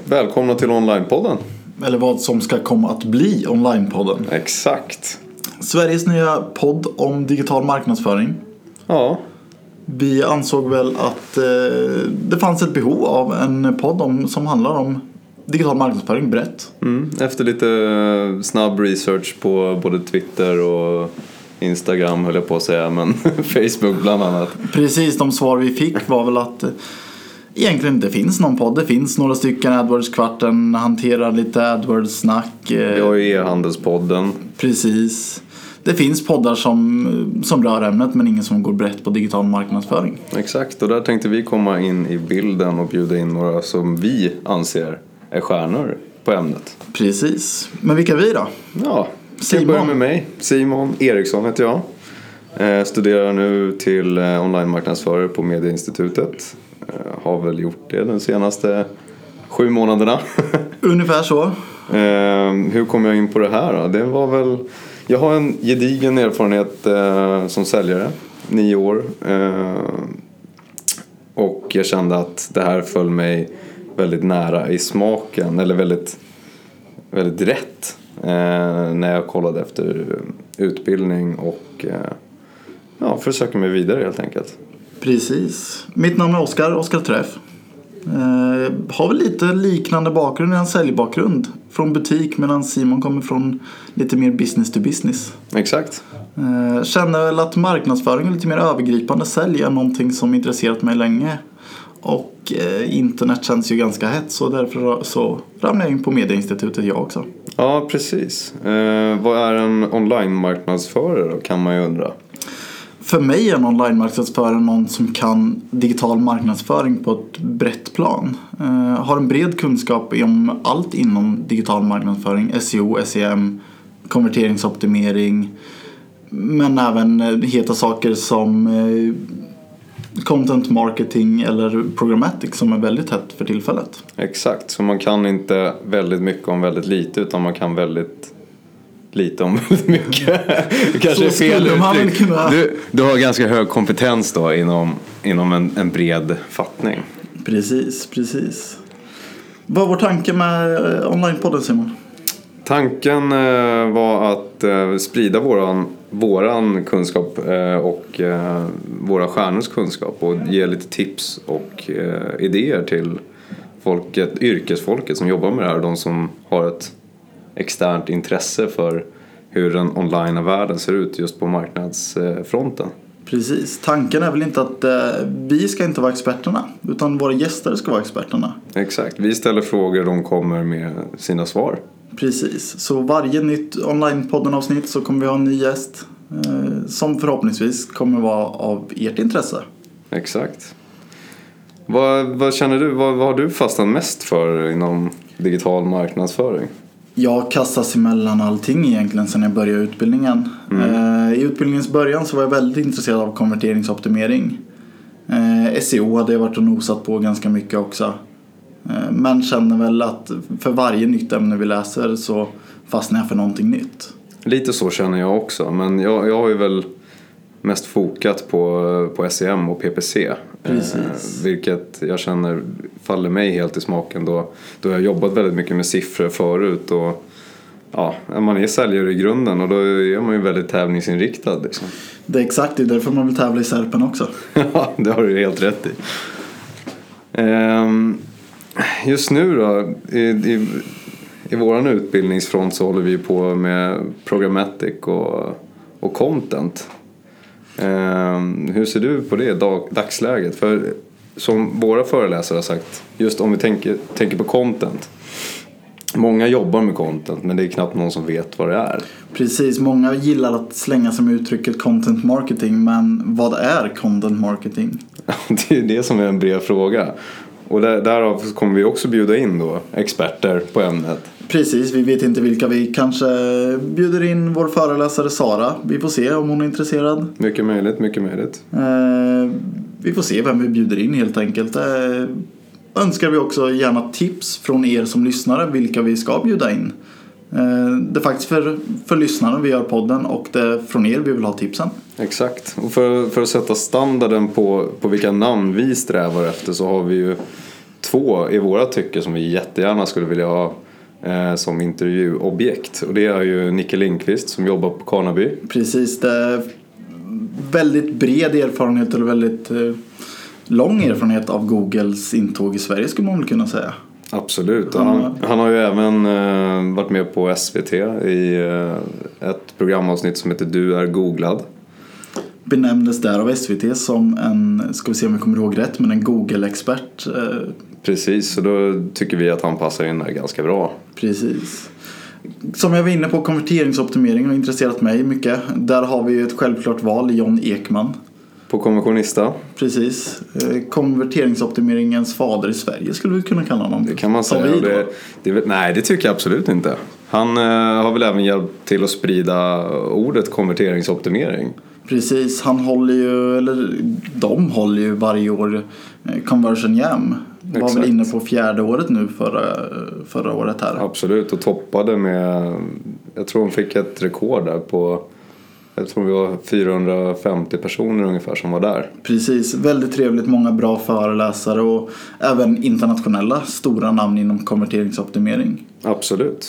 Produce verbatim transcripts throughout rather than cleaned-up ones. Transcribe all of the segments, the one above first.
välkomna till Onlinepodden. Eller vad som ska komma att bli Onlinepodden. Exakt. Sveriges nya podd om digital marknadsföring. Ja. Vi ansåg väl att eh, det fanns ett behov av en podd om, som handlar om digital marknadsföring brett. Mm. Efter lite snabb research på både Twitter och Instagram höll jag på att säga, men Facebook bland annat. Precis, de svar vi fick var väl att egentligen inte finns någon podd. Det finns några stycken. AdWords-kvarten hanterar lite AdWords-snack. Vi har ju e-handelspodden. Precis. Det finns poddar som, som rör ämnet, men ingen som går brett på digital marknadsföring. Exakt, och där tänkte vi komma in i bilden och bjuda in några som vi anser är stjärnor på ämnet. Precis. Men vilka är vi då? Ja, Simon. Jag börjar med mig. Simon Eriksson heter jag. Eh, studerar nu till eh, online-marknadsförare på Medieinstitutet. Eh, har väl gjort det de senaste sju månaderna. Ungefär så. Eh, hur kom jag in på det här då? Det var väl... Jag har en gedigen erfarenhet eh, som säljare. Nio år. Eh, och jag kände att det här föll mig väldigt nära i smaken. Eller väldigt, väldigt rätt. Eh, när jag kollade efter utbildning och eh, ja, försöker mig vidare helt enkelt. Precis. Mitt namn är Oskar, Oskar Träff. Eh, har väl lite liknande bakgrund, en säljbakgrund från butik, medan Simon kommer från lite mer business to business. Exakt. Eh, känner väl att marknadsföring och lite mer övergripande sälj är någonting som intresserat mig länge. Och eh, internet känns ju ganska hett, så därför så ramlade jag in på Medieinstitutet jag också. Ja, precis. Eh, vad är en online-marknadsförare då, kan man ju undra. För mig är en online-marknadsförare någon som kan digital marknadsföring på ett brett plan. Eh, har en bred kunskap om allt inom digital marknadsföring. S E O, S E M, konverteringsoptimering. Men även eh, heta saker som eh, content marketing eller programmatic som är väldigt hett för tillfället. Exakt, så man kan inte väldigt mycket om väldigt lite, utan man kan väldigt lite om väldigt mycket. Det kanske Så är fel uttryck. Kunna... Du, du har ganska hög kompetens då inom, inom en, en bred fattning. Precis, precis. Vad var vår tanke med Onlinepodden, Simon? Tanken eh, var att eh, sprida våran, våran kunskap eh, och eh, våra stjärnors kunskap och ge lite tips och eh, idéer till folket, yrkesfolket som jobbar med det här, de som har ett externt intresse för hur den online världen ser ut just på marknadsfronten. Precis. Tanken är väl inte att eh, vi ska inte vara experterna, utan våra gäster ska vara experterna. Exakt. Vi ställer frågor, de kommer med sina svar. Precis. Så varje nytt Onlinepodden-avsnitt så kommer vi ha en ny gäst eh, som förhoppningsvis kommer vara av ert intresse. Exakt. Vad, vad känner du? Vad, vad har du fastnat mest för inom digital marknadsföring? Jag kastas emellan allting egentligen sedan jag började utbildningen. Mm. Eh, I utbildningens början så var jag väldigt intresserad av konverteringsoptimering. Eh, S E O hade jag varit och nosat på ganska mycket också. Eh, men känner väl att för varje nytt ämne vi läser så fastnar jag för någonting nytt. Lite så känner jag också, men jag, jag har ju väl mest fokat på, på S E M och P P C. Precis. Eh, vilket jag känner faller mig helt i smaken då, då jag har jobbat väldigt mycket med siffror förut. Och ja, man är säljare i grunden och då är man ju väldigt tävlingsinriktad. Liksom. Det är exakt, det är därför man vill tävla i Serpen också. Ja, det har du helt rätt i. Eh, just nu då, i, i, i våran utbildningsfront så håller vi på med programmatic och, och content. Um, hur ser du på det dag, dagsläget? För som våra föreläsare har sagt, just om vi tänker, tänker på content. Många jobbar med content, men det är knappt någon som vet vad det är. Precis, många gillar att slänga sig med uttrycket content marketing, men vad är content marketing? Det är det som är en bred fråga. Och där, därav kommer vi också bjuda in då experter på ämnet. Precis, vi vet inte vilka. Vi kanske bjuder in vår föreläsare Sara. Vi får se om hon är intresserad. Mycket möjligt, mycket möjligt. Eh, vi får se vem vi bjuder in helt enkelt. Eh, önskar vi också gärna tips från er som lyssnare vilka vi ska bjuda in. Eh, det är faktiskt för, för lyssnarna vi gör podden och det är från er vi vill ha tipsen. Exakt. Och för, för att sätta standarden på, på vilka namn vi strävar efter så har vi ju två i våra tycke som vi jättegärna skulle vilja ha eh, som intervjuobjekt. Och det är ju Nicke Lindqvist som jobbar på Carnaby. Precis, det är väldigt bred erfarenhet eller väldigt eh, lång erfarenhet av Googles intåg i Sverige skulle man väl kunna säga. Absolut. Han, han har ju även eh, varit med på S V T i eh, ett programavsnitt som heter Du är googlad. Benämndes där av S V T som en, ska vi se om vi kommer ihåg rätt, men en Google-expert. Eh. Precis, så då tycker vi att han passar in där ganska bra. Precis. Som jag var inne på, konverteringsoptimering har intresserat mig mycket. Där har vi ju ett självklart val, John Ekman. På Konversionista. Precis. Konverteringsoptimeringens fader i Sverige skulle vi kunna kalla honom. Det kan man säga. Det, det, nej, det tycker jag absolut inte. Han eh, har väl även hjälpt till att sprida ordet konverteringsoptimering. Precis, han håller ju, eller de håller ju varje år Conversion Jam. Var Exakt. väl inne på fjärde året nu förra, förra året här. Absolut, och toppade med, jag tror de fick ett rekord där på, jag tror vi var fyrahundrafemtio personer ungefär som var där. Precis, väldigt trevligt, många bra föreläsare och även internationella stora namn inom konverteringsoptimering. Absolut.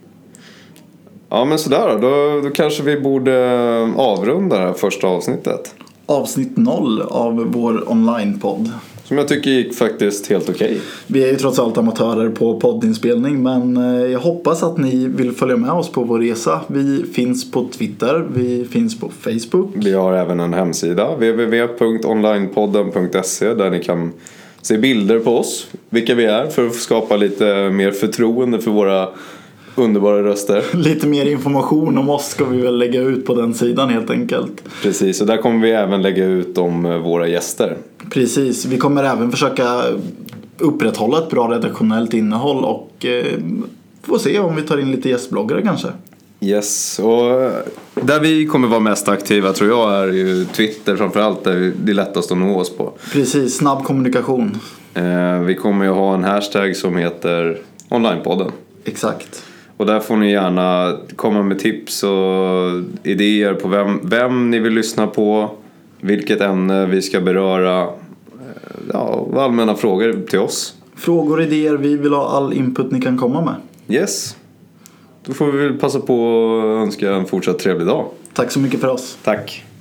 Ja, men sådär då, då kanske vi borde avrunda det här första avsnittet. Avsnitt noll av vår online-podd. Som jag tycker gick faktiskt helt okej. Okay. Vi är ju trots allt amatörer på poddinspelning, men jag hoppas att ni vill följa med oss på vår resa. Vi finns på Twitter, vi finns på Facebook. Vi har även en hemsida, w w w punkt onlinepodden punkt se, där ni kan se bilder på oss, vilka vi är, för att skapa lite mer förtroende för våra underbara röster. Lite mer information om oss ska vi väl lägga ut på den sidan helt enkelt. Precis, och där kommer vi även lägga ut om våra gäster. Precis, vi kommer även försöka upprätthålla ett bra redaktionellt innehåll och eh, få se om vi tar in lite gästbloggare kanske. Yes, och där vi kommer vara mest aktiva tror jag är ju Twitter framförallt, där det är lättast att nå oss på. Precis, snabb kommunikation. Eh, vi kommer ju ha en hashtag som heter Onlinepodden. Exakt. Och där får ni gärna komma med tips och idéer på vem, vem ni vill lyssna på, vilket ämne vi ska beröra, ja, allmänna frågor till oss. Frågor, idéer, vi vill ha all input ni kan komma med. Yes. Då får vi väl passa på att önska en fortsatt trevlig dag. Tack så mycket för oss. Tack.